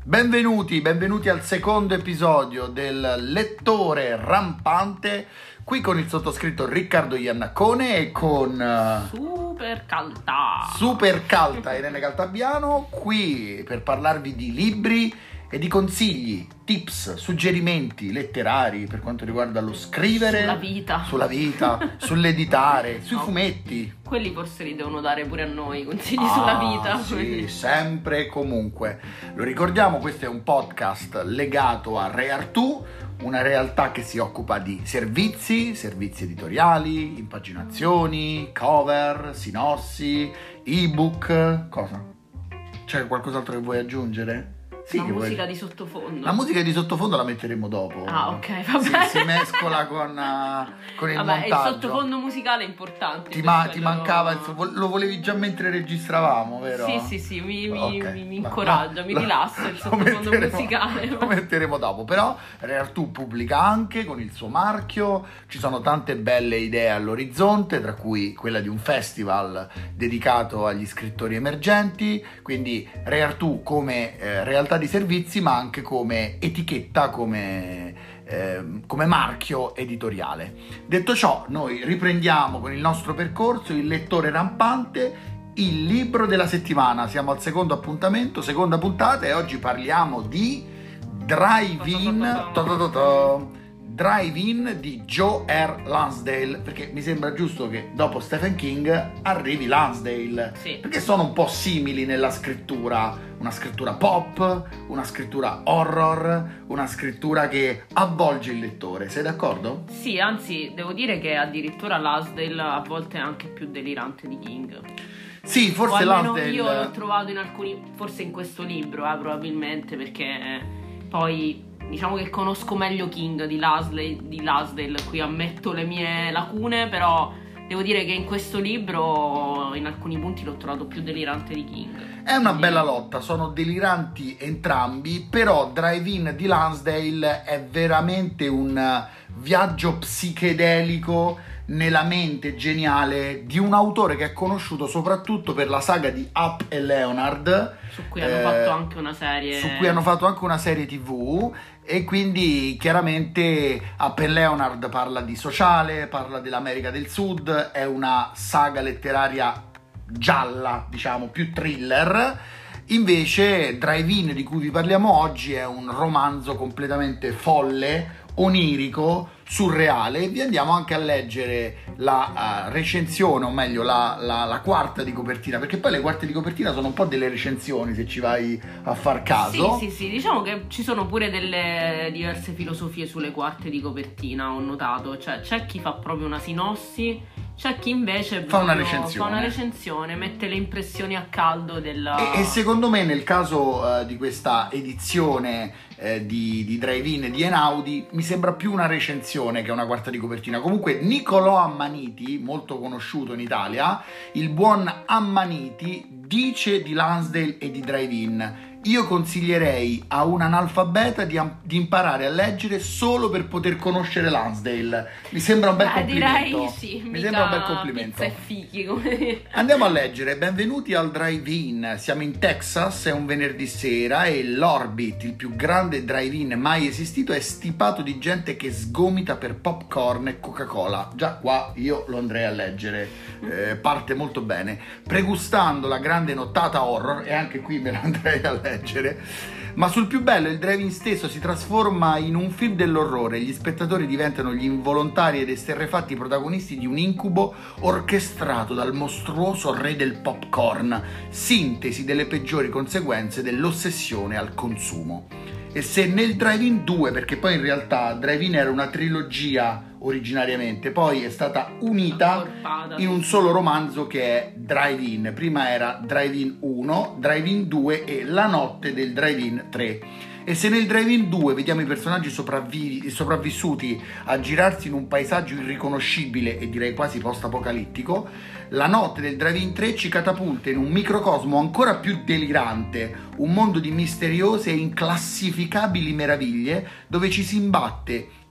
Benvenuti al secondo episodio del Lettore Rampante, qui con il sottoscritto Riccardo Iannaccone e con Super Calta Irene Caltabiano, qui per parlarvi di libri e di consigli, tips, suggerimenti letterari per quanto riguarda lo scrivere, sulla vita, sull'editare, sui fumetti. Quelli forse li devono dare pure a noi, consigli sulla vita. Sì, sempre e comunque. Lo ricordiamo, questo è un podcast legato a Reartù, una realtà che si occupa di servizi editoriali, impaginazioni, cover, sinossi, ebook. Cosa? C'è qualcos'altro che vuoi aggiungere? Sì, la musica di sottofondo. La musica di sottofondo la metteremo dopo. Ah, ok, va bene. Si mescola con il montaggio. Il sottofondo musicale è importante. Ti mancava, lo volevi già mentre registravamo, vero? Sì, mi incoraggia, mi rilassa il sottofondo musicale. Lo metteremo dopo, però Reartù pubblica anche con il suo marchio, ci sono tante belle idee all'orizzonte, tra cui quella di un festival dedicato agli scrittori emergenti, quindi Reartù come realtà di servizi, ma anche come etichetta, come marchio editoriale. Detto ciò, noi riprendiamo con il nostro percorso, il Lettore Rampante, il libro della settimana. Siamo al secondo appuntamento, seconda puntata, e oggi parliamo di Drive-In di Joe R. Lansdale, perché mi sembra giusto che dopo Stephen King arrivi Lansdale, sì, perché sono un po' simili nella scrittura, una scrittura pop, una scrittura horror, una scrittura che avvolge il lettore. Sei d'accordo? Sì, anzi devo dire che addirittura Lansdale a volte è anche più delirante di King. Sì, forse Lansdale, io l'ho trovato in alcuni, forse in questo libro, probabilmente, perché poi diciamo che conosco meglio King di Lansdale, qui ammetto le mie lacune, però devo dire che in questo libro in alcuni punti l'ho trovato più delirante di King. È una bella lotta, sono deliranti entrambi, però Drive-In di Lansdale è veramente un viaggio psichedelico nella mente geniale di un autore che è conosciuto soprattutto per la saga di Up e Leonard, su cui hanno fatto anche una serie TV, e quindi chiaramente Up e Leonard parla di sociale, parla dell'America del Sud, è una saga letteraria gialla, diciamo, più thriller. Invece Drive-In, di cui vi parliamo oggi, è un romanzo completamente folle, onirico, surreale, e vi andiamo anche a leggere la recensione, o meglio la quarta di copertina, perché poi le quarte di copertina sono un po' delle recensioni, se ci vai a far caso. Sì, diciamo che ci sono pure delle diverse filosofie sulle quarte di copertina, ho notato, cioè c'è chi fa proprio una sinossi, c'è chi invece fa una recensione, mette le impressioni a caldo della... E secondo me nel caso di questa edizione di Drive-In di Einaudi mi sembra più una recensione che una quarta di copertina. Comunque Niccolò Ammaniti, molto conosciuto in Italia, il buon Ammaniti, dice di Lansdale e di Drive-In: io consiglierei a un analfabeta di imparare a leggere solo per poter conoscere Lansdale. Mi sembra un bel complimento. Direi sì, mi sembra un bel complimento. Pizza e fichi, come... Andiamo a leggere. Benvenuti al Drive-In. Siamo in Texas, è un venerdì sera e l'Orbit, il più grande drive-in mai esistito, è stipato di gente che sgomita per popcorn e Coca-Cola. Già qua io lo andrei a leggere, parte molto bene, pregustando la grande nottata horror, e anche qui me la andrei a leggere. Ma sul più bello, il drive-in stesso si trasforma in un film dell'orrore. Gli spettatori diventano gli involontari ed esterrefatti protagonisti di un incubo orchestrato dal mostruoso re del popcorn, sintesi delle peggiori conseguenze dell'ossessione al consumo. E se nel Drive-In 2, perché poi in realtà Drive-In era una trilogia originariamente, poi è stata unita in un solo romanzo che è Drive-In. Prima era Drive-In 1, Drive-In 2 e La notte del Drive-In 3. E se nel Drive-In 2 vediamo i personaggi sopravvissuti a girarsi in un paesaggio irriconoscibile e direi quasi post-apocalittico, La notte del Drive-In 3 ci catapulta in un microcosmo ancora più delirante, un mondo di misteriose e inclassificabili meraviglie dove ci si imbatte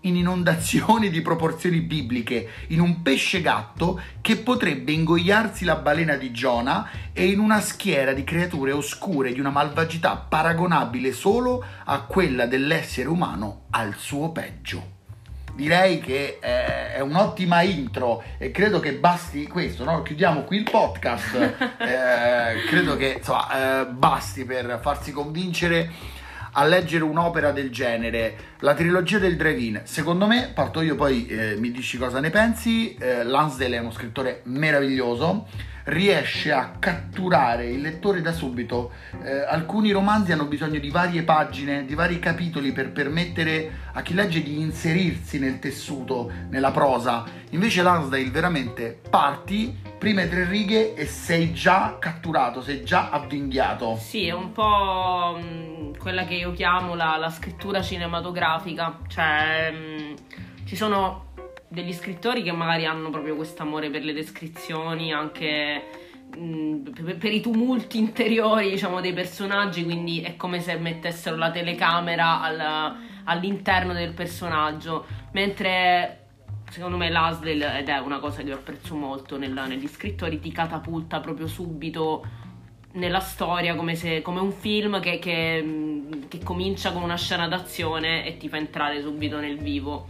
in inondazioni di proporzioni bibliche, in un pesce gatto che potrebbe ingoiarsi la balena di Giona e in una schiera di creature oscure di una malvagità paragonabile solo a quella dell'essere umano al suo peggio. Direi che è un'ottima intro e credo che basti questo, no? Chiudiamo qui il podcast. Credo che insomma, basti per farsi convincere a leggere un'opera del genere. La trilogia del drive-in, secondo me, parto io, poi mi dici cosa ne pensi. Lansdale è uno scrittore meraviglioso, riesce a catturare il lettore da subito. Alcuni romanzi hanno bisogno di varie pagine, di vari capitoli per permettere a chi legge di inserirsi nel tessuto, nella prosa. Invece Lansdale veramente parti, prime 3 righe e sei già catturato, sei già avvinghiato. Sì, è un po' quella che io chiamo la scrittura cinematografica, cioè ci sono degli scrittori che magari hanno proprio questo amore per le descrizioni, anche per i tumulti interiori, diciamo, dei personaggi, quindi è come se mettessero la telecamera all'interno del personaggio, mentre secondo me Lansdale, ed è una cosa che io apprezzo molto negli scrittori, ti catapulta proprio subito nella storia, come un film che comincia con una scena d'azione e ti fa entrare subito nel vivo,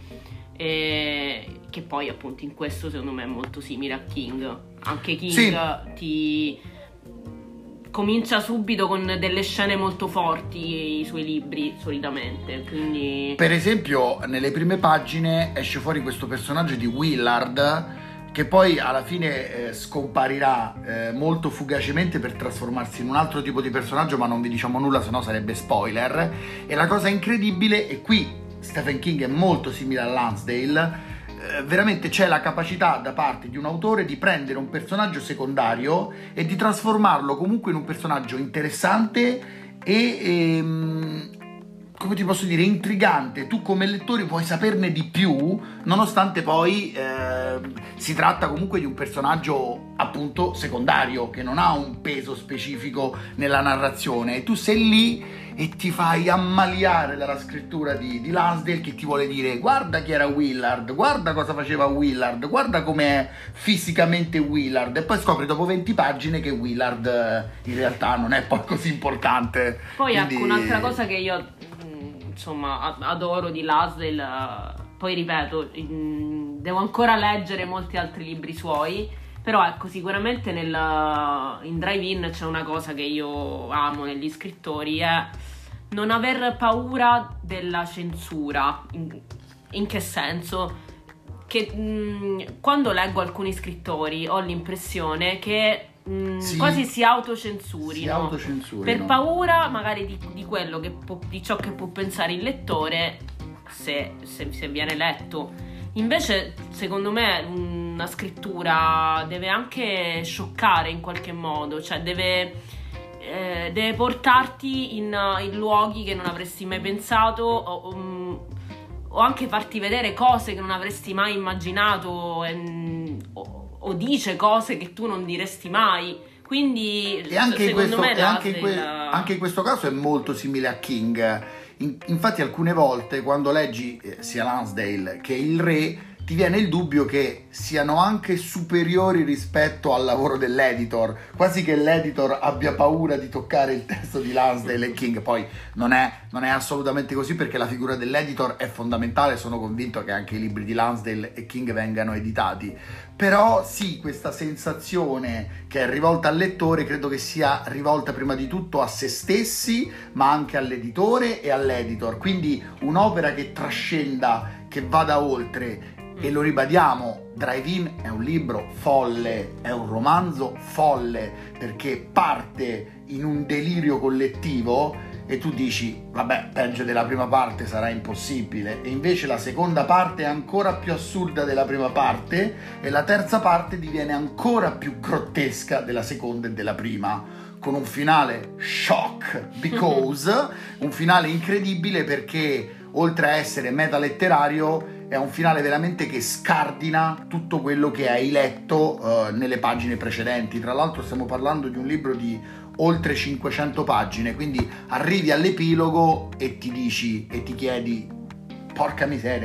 e che poi appunto in questo secondo me è molto simile a King. Anche King sì, ti comincia subito con delle scene molto forti, i suoi libri solitamente, quindi per esempio nelle prime pagine esce fuori questo personaggio di Willard che poi alla fine scomparirà molto fugacemente per trasformarsi in un altro tipo di personaggio, ma non vi diciamo nulla, sennò sarebbe spoiler. E la cosa incredibile, e qui Stephen King è molto simile a Lansdale, veramente c'è la capacità da parte di un autore di prendere un personaggio secondario e di trasformarlo comunque in un personaggio interessante e come ti posso dire, intrigante. Tu come lettore vuoi saperne di più, nonostante poi si tratta comunque di un personaggio appunto secondario che non ha un peso specifico nella narrazione, e tu sei lì e ti fai ammaliare dalla scrittura di Lansdale, che ti vuole dire: guarda chi era Willard, guarda cosa faceva Willard, guarda com'è fisicamente Willard, e poi scopri dopo 20 pagine che Willard in realtà non è poi così importante. Poi quindi... ecco, un'altra cosa che io insomma adoro di Lansdale, poi ripeto, devo ancora leggere molti altri libri suoi, però ecco, sicuramente in Drive-In c'è una cosa che io amo negli scrittori, è non aver paura della censura. In che senso? Che quando leggo alcuni scrittori ho l'impressione che sì, quasi si autocensurino, per paura magari di quello di ciò che può pensare il lettore se viene letto. Invece secondo me una scrittura deve anche scioccare in qualche modo, cioè deve portarti in luoghi che non avresti mai pensato, o anche farti vedere cose che non avresti mai immaginato, o dice cose che tu non diresti mai. Quindi e anche secondo me anche in questo caso è molto simile a King. Infatti alcune volte quando leggi sia Lansdale che Il Re ti viene il dubbio che siano anche superiori rispetto al lavoro dell'editor, quasi che l'editor abbia paura di toccare il testo di Lansdale e King. Poi non è assolutamente così, perché la figura dell'editor è fondamentale. Sono convinto che anche i libri di Lansdale e King vengano editati, però sì, questa sensazione che è rivolta al lettore credo che sia rivolta prima di tutto a se stessi, ma anche all'editore e all'editor, quindi un'opera che trascenda, che vada oltre. E lo ribadiamo, Drive-In è un libro folle, è un romanzo folle, perché parte in un delirio collettivo e tu dici: vabbè, peggio della prima parte sarà impossibile, e invece la seconda parte è ancora più assurda della prima parte, e la terza parte diviene ancora più grottesca della seconda e della prima, con un finale shock because un finale incredibile, perché oltre a essere metaletterario è un finale veramente che scardina tutto quello che hai letto nelle pagine precedenti. Tra l'altro stiamo parlando di un libro di oltre 500 pagine, quindi arrivi all'epilogo e ti dici e ti chiedi: porca miseria, ma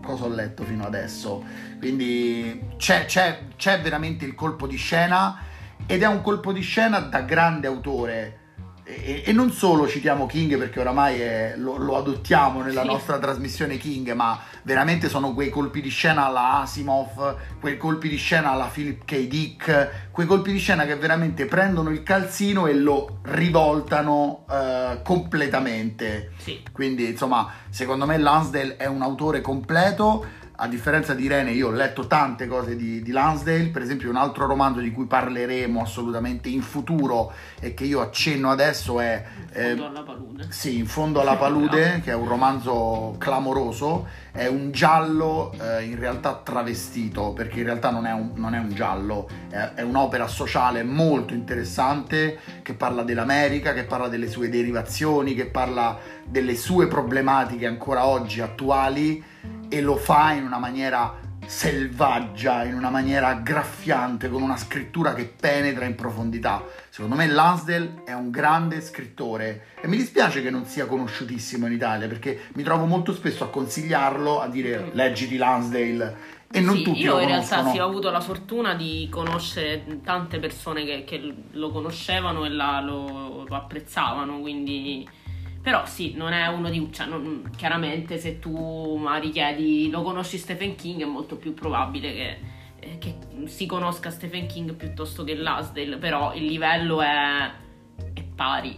cosa ho letto fino adesso. Quindi c'è veramente il colpo di scena, ed è un colpo di scena da grande autore. E non solo citiamo King perché oramai lo adottiamo nella nostra trasmissione King, ma veramente sono quei colpi di scena alla Asimov, quei colpi di scena alla Philip K. Dick, quei colpi di scena che veramente prendono il calzino e lo rivoltano completamente. Sì. Quindi insomma, secondo me Lansdale è un autore completo. A differenza di Irene, io ho letto tante cose di Lansdale. Per esempio, un altro romanzo di cui parleremo assolutamente in futuro e che io accenno adesso è In fondo alla palude. Sì, In fondo alla palude, che è un romanzo clamoroso. È un giallo in realtà travestito, perché in realtà non è un giallo, è un'opera sociale molto interessante, che parla dell'America, che parla delle sue derivazioni, che parla delle sue problematiche ancora oggi attuali, e lo fa in una maniera selvaggia, in una maniera graffiante, con una scrittura che penetra in profondità. Secondo me Lansdale è un grande scrittore e mi dispiace che non sia conosciutissimo in Italia, perché mi trovo molto spesso a consigliarlo, a dire leggiti Lansdale, e non tutti lo conoscono. Io in realtà ho avuto la fortuna di conoscere tante persone che lo conoscevano e lo apprezzavano, quindi... Però sì, non è uno di... Cioè, chiaramente se tu richiedi, lo conosci Stephen King, è molto più probabile che si conosca Stephen King piuttosto che Lansdale, però il livello è pari.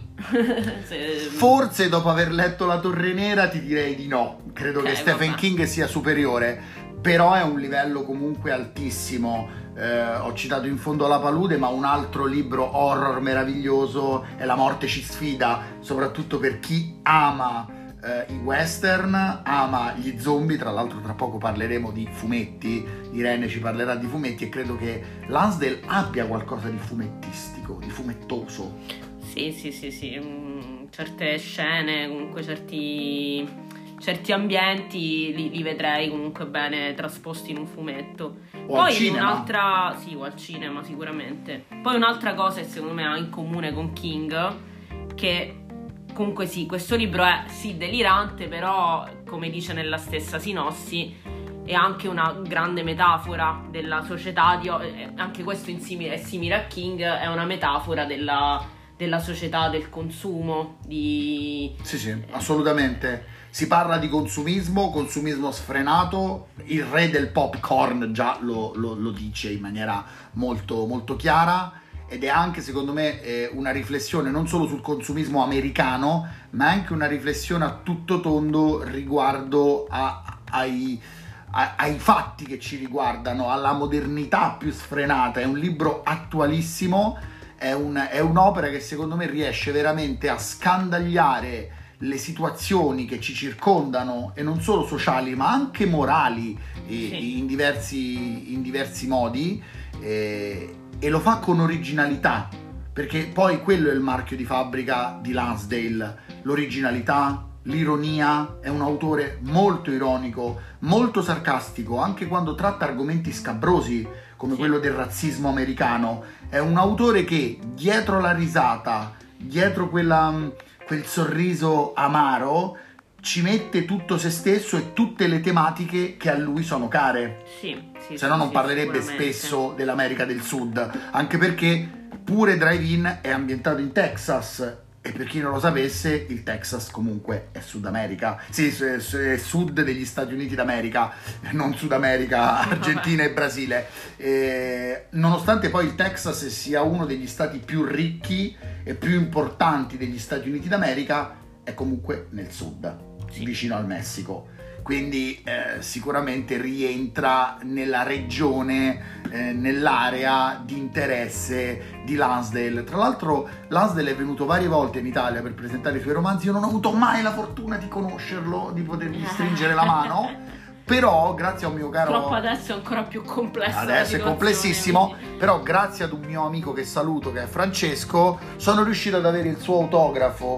Forse dopo aver letto La Torre Nera ti direi di no, credo che Stephen King sia superiore, però è un livello comunque altissimo. Ho citato In fondo alla palude, ma un altro libro horror meraviglioso è La morte ci sfida, soprattutto per chi ama i western, ama gli zombie. Tra l'altro tra poco parleremo di fumetti, Irene ci parlerà di fumetti, e credo che Lansdale abbia qualcosa di fumettistico, di fumettoso. Sì. Certe scene, comunque certi ambienti li vedrei comunque bene trasposti in un fumetto. O poi al cinema. un'altra, sì, o al cinema sicuramente. Poi un'altra cosa che secondo me ha in comune con King, che comunque sì, questo libro è sì delirante, però come dice nella stessa sinossi è anche una grande metafora della società anche questo è simile a King, è una metafora della società del consumo, Sì, assolutamente. Si parla di consumismo sfrenato. Il re del popcorn già lo dice in maniera molto, molto chiara, ed è anche secondo me una riflessione non solo sul consumismo americano, ma anche una riflessione a tutto tondo riguardo ai fatti che ci riguardano, alla modernità più sfrenata. È un libro attualissimo, è un'opera che secondo me riesce veramente a scandagliare le situazioni che ci circondano, e non solo sociali ma anche morali, in diversi modi, e lo fa con originalità, perché poi quello è il marchio di fabbrica di Lansdale: l'originalità, l'ironia. È un autore molto ironico, molto sarcastico, anche quando tratta argomenti scabrosi come quello del razzismo americano. È un autore che dietro la risata, dietro quel sorriso amaro, ci mette tutto se stesso e tutte le tematiche che a lui sono care. Se no non parlerebbe spesso dell'America del Sud, anche perché pure Drive-In è ambientato in Texas, e per chi non lo sapesse, il Texas comunque è Sud America. Sì, è sud degli Stati Uniti d'America, non Sud America, Argentina e Brasile. Nonostante poi il Texas sia uno degli stati più ricchi e più importanti degli Stati Uniti d'America, è comunque nel sud, vicino al Messico. Quindi sicuramente rientra nella regione, nell'area di interesse di Lansdale. Tra l'altro Lansdale è venuto varie volte in Italia per presentare i suoi romanzi. Io non ho avuto mai la fortuna di conoscerlo, di potergli stringere la mano, però grazie a un mio caro... Purtroppo adesso è ancora più complessa. Adesso è complessissimo, però grazie ad un mio amico che saluto, che è Francesco, sono riuscito ad avere il suo autografo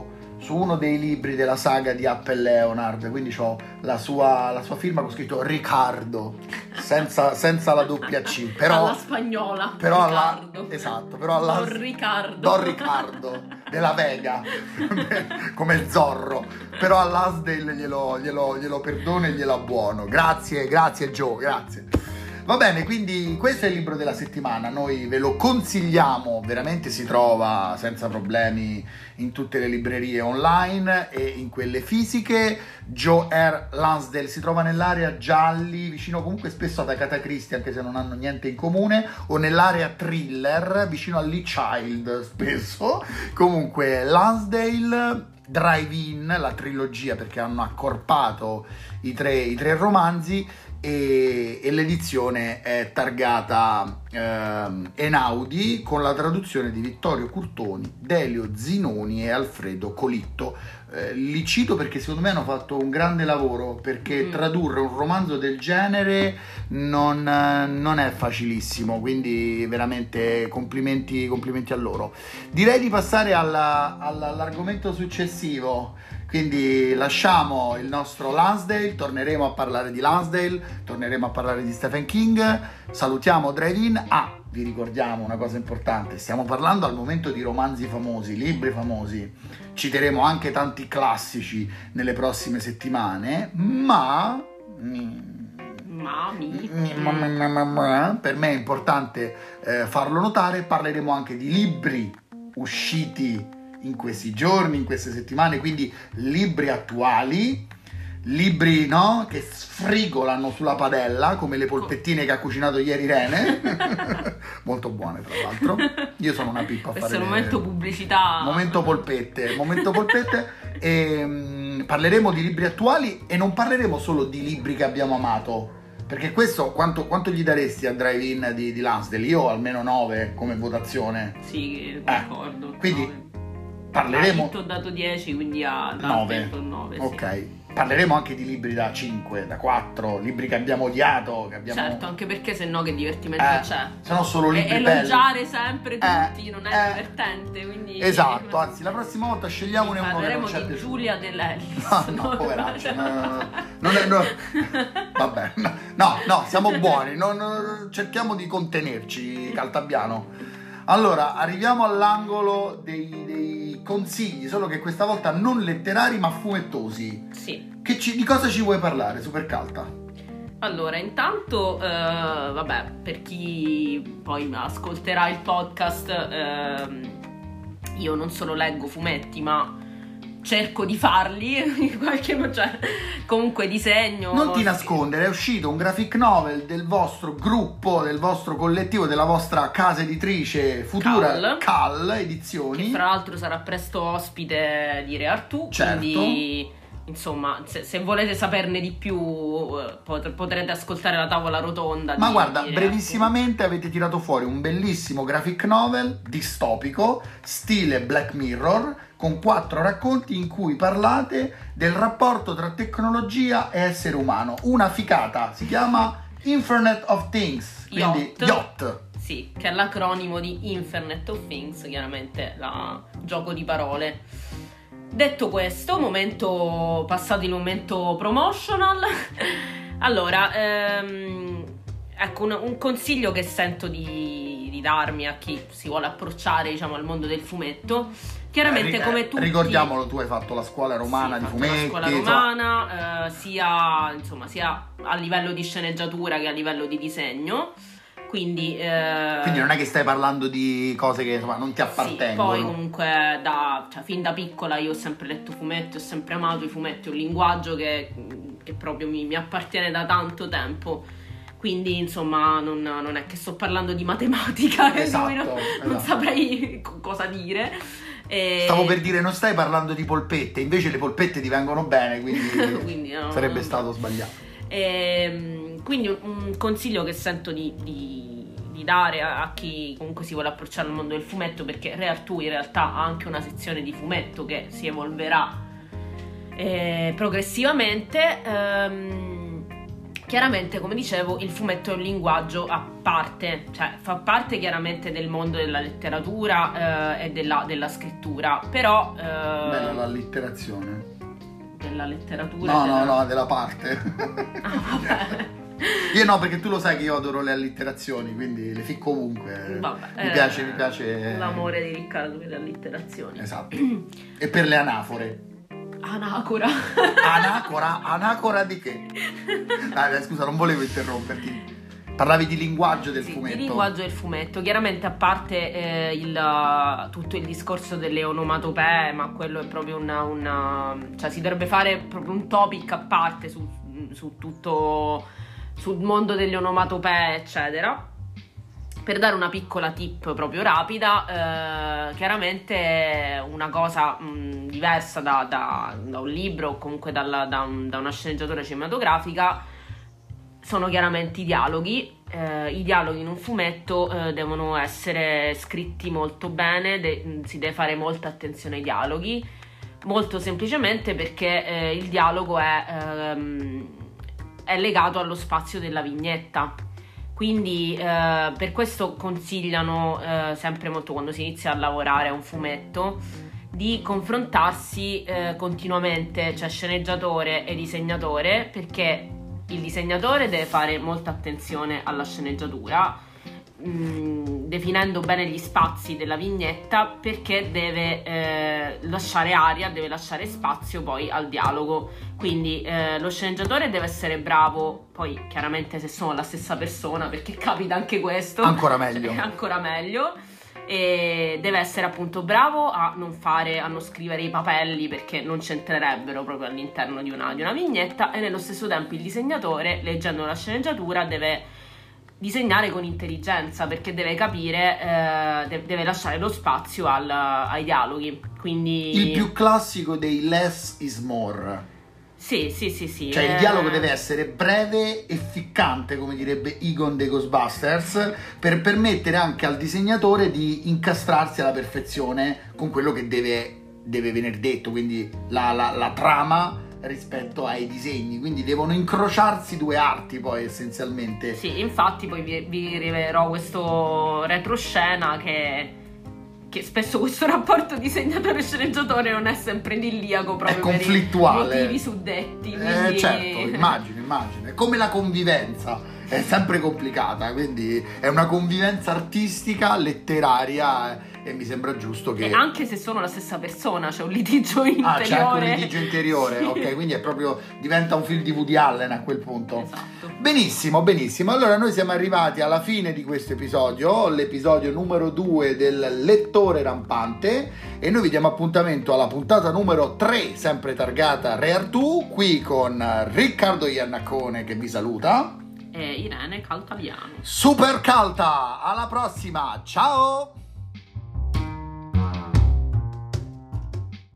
su uno dei libri della saga di Apple Leonard, quindi ho la sua firma con scritto Riccardo, senza la doppia C, però alla spagnola, però Riccardo. Esatto, però alla Don Riccardo della Vega come Zorro, però all'Asdale glielo perdono e glielo abbuono. Grazie Joe, grazie. Va bene, quindi questo è il libro della settimana, noi ve lo consigliamo, veramente si trova senza problemi in tutte le librerie online e in quelle fisiche. Joe R. Lansdale si trova nell'area gialli, vicino comunque spesso ad Agatha Christie, anche se non hanno niente in comune, o nell'area thriller, vicino a Lee Child spesso. Comunque Lansdale, Drive-In, la trilogia, perché hanno accorpato i tre romanzi, e l'edizione è targata Einaudi, con la traduzione di Vittorio Curtoni, Delio Zinoni e Alfredo Colitto. Li cito perché secondo me hanno fatto un grande lavoro, perché tradurre un romanzo del genere non è facilissimo, quindi veramente complimenti a loro. Direi di passare all'argomento successivo. Quindi lasciamo il nostro Lansdale, torneremo a parlare di Lansdale, torneremo a parlare di Stephen King, salutiamo Drive-In. Vi ricordiamo una cosa importante, stiamo parlando al momento di romanzi famosi, libri famosi, citeremo anche tanti classici nelle prossime settimane, ma per me è importante farlo notare, parleremo anche di libri usciti in questi giorni, in queste settimane, quindi libri attuali, libri che sfrigolano sulla padella come le polpettine che ha cucinato ieri Rene molto buone tra l'altro, io sono una pippa a questo fare è il momento pubblicità, momento polpette e parleremo di libri attuali e non parleremo solo di libri che abbiamo amato, perché questo quanto gli daresti a Drive-In di Lansdale? Io almeno 9 come votazione. Sì, d'accordo. Quindi 9. Parleremo. Ho dato 10, quindi a 9. 9 ok, sì. Parleremo anche di libri da 5, da 4, libri che abbiamo odiato, Certo, anche perché se no che divertimento c'è? Sono solo libri elogiare belli. sempre tutti non è divertente, quindi esatto, anzi la prossima volta scegliamone uno che non c'è di più. Giulia Dell'Ellis. No, poveraccio, vabbè, no, siamo buoni, cerchiamo di contenerci, Caltabiano. Allora, arriviamo all'angolo dei consigli, solo che questa volta non letterari ma fumettosi. Sì. Di cosa ci vuoi parlare, Super Calta? Allora, intanto, per chi poi ascolterà il podcast, io non solo leggo fumetti, ma cerco di farli in qualche modo, comunque disegno. Non ti nascondere, è uscito un graphic novel del vostro gruppo, del vostro collettivo, della vostra casa editrice futura, Cal Edizioni, che fra l'altro sarà presto ospite di Re Artù, certo. Quindi insomma, se volete saperne di più potrete ascoltare la tavola rotonda. Ma guarda, brevissimamente avete tirato fuori un bellissimo graphic novel distopico, stile Black Mirror, con 4 racconti in cui parlate del rapporto tra tecnologia e essere umano. Una ficata, si chiama Internet of Things, quindi Yacht. Sì, che è l'acronimo di Internet of Things, chiaramente gioco di parole. Detto questo, passato il momento promotional, allora, ecco un consiglio che sento di darmi a chi si vuole approcciare, diciamo, al mondo del fumetto. Chiaramente come tutti, ricordiamolo, tu hai fatto la scuola romana di fumetti, la scuola romana, sia a livello di sceneggiatura che a livello di disegno. Quindi non è che stai parlando di cose che insomma non ti appartengono. Sì, poi comunque fin da piccola io ho sempre letto fumetti, ho sempre amato i fumetti, un linguaggio che proprio mi appartiene da tanto tempo. Quindi insomma non è che sto parlando di matematica, esatto. Non saprei cosa dire. Stavo per dire, non stai parlando di polpette, invece le polpette ti vengono bene, quindi sarebbe stato sbagliato. Quindi un consiglio che sento di dare a chi comunque si vuole approcciare al mondo del fumetto, perché Re Artù in realtà ha anche una sezione di fumetto che si evolverà progressivamente, chiaramente, come dicevo, il fumetto è un linguaggio a parte, cioè fa parte chiaramente del mondo della letteratura e della scrittura, però... Bella l'allitterazione. Della letteratura? No, della parte. Ah, vabbè. Io no, perché tu lo sai che io adoro le allitterazioni, quindi le ficco ovunque. Vabbè, mi piace. L'amore di Riccardo per le allitterazioni. Esatto. E per le anafore. Anacora. Anacora di che? Dai, scusa, non volevo interromperti. Parlavi di linguaggio del fumetto. Di linguaggio del fumetto, chiaramente a parte tutto il discorso delle onomatopee, ma quello è proprio cioè si dovrebbe fare proprio un topic a parte su tutto, sul mondo delle onomatopee, eccetera. Per dare una piccola tip proprio rapida, chiaramente una cosa diversa da un libro o comunque da una sceneggiatura cinematografica sono chiaramente i dialoghi. I dialoghi in un fumetto devono essere scritti molto bene, si deve fare molta attenzione ai dialoghi, molto semplicemente perché il dialogo è legato allo spazio della vignetta. Quindi per questo consigliano sempre molto, quando si inizia a lavorare a un fumetto, di confrontarsi continuamente, cioè sceneggiatore e disegnatore, perché il disegnatore deve fare molta attenzione alla sceneggiatura, definendo bene gli spazi della vignetta, perché deve lasciare aria, deve lasciare spazio poi al dialogo. Quindi lo sceneggiatore deve essere bravo, poi chiaramente se sono la stessa persona, perché capita anche questo, ancora meglio, ancora meglio, e deve essere appunto bravo a non scrivere i papelli, perché non c'entrerebbero proprio all'interno di una vignetta, e nello stesso tempo il disegnatore, leggendo la sceneggiatura, deve disegnare con intelligenza, perché deve capire, deve lasciare lo spazio ai dialoghi. Quindi il più classico dei less is more. Sì. Cioè il dialogo deve essere breve e ficcante, come direbbe Egon dei Ghostbusters, per permettere anche al disegnatore di incastrarsi alla perfezione con quello che deve venire detto, quindi la trama rispetto ai disegni, quindi devono incrociarsi due arti poi essenzialmente. Sì, infatti poi vi rivelerò questo retroscena che spesso questo rapporto disegnatore-sceneggiatore non è sempre idilliaco, proprio è conflittuale, per i motivi suddetti, quindi... certo, immagino, è come la convivenza, è sempre complicata, quindi è una convivenza artistica, letteraria, e mi sembra giusto che... E anche se sono la stessa persona, c'è un litigio interiore. C'è anche un litigio interiore, sì. Ok, quindi è proprio, diventa un film di Woody Allen a quel punto. Esatto. Benissimo. Allora noi siamo arrivati alla fine di questo episodio, l'episodio numero 2 del Lettore Rampante, e noi vi diamo appuntamento alla puntata numero 3, sempre targata Re Artù, qui con Riccardo Iannacone che vi saluta. E Irene Caltabiano. Super Calta, alla prossima, ciao!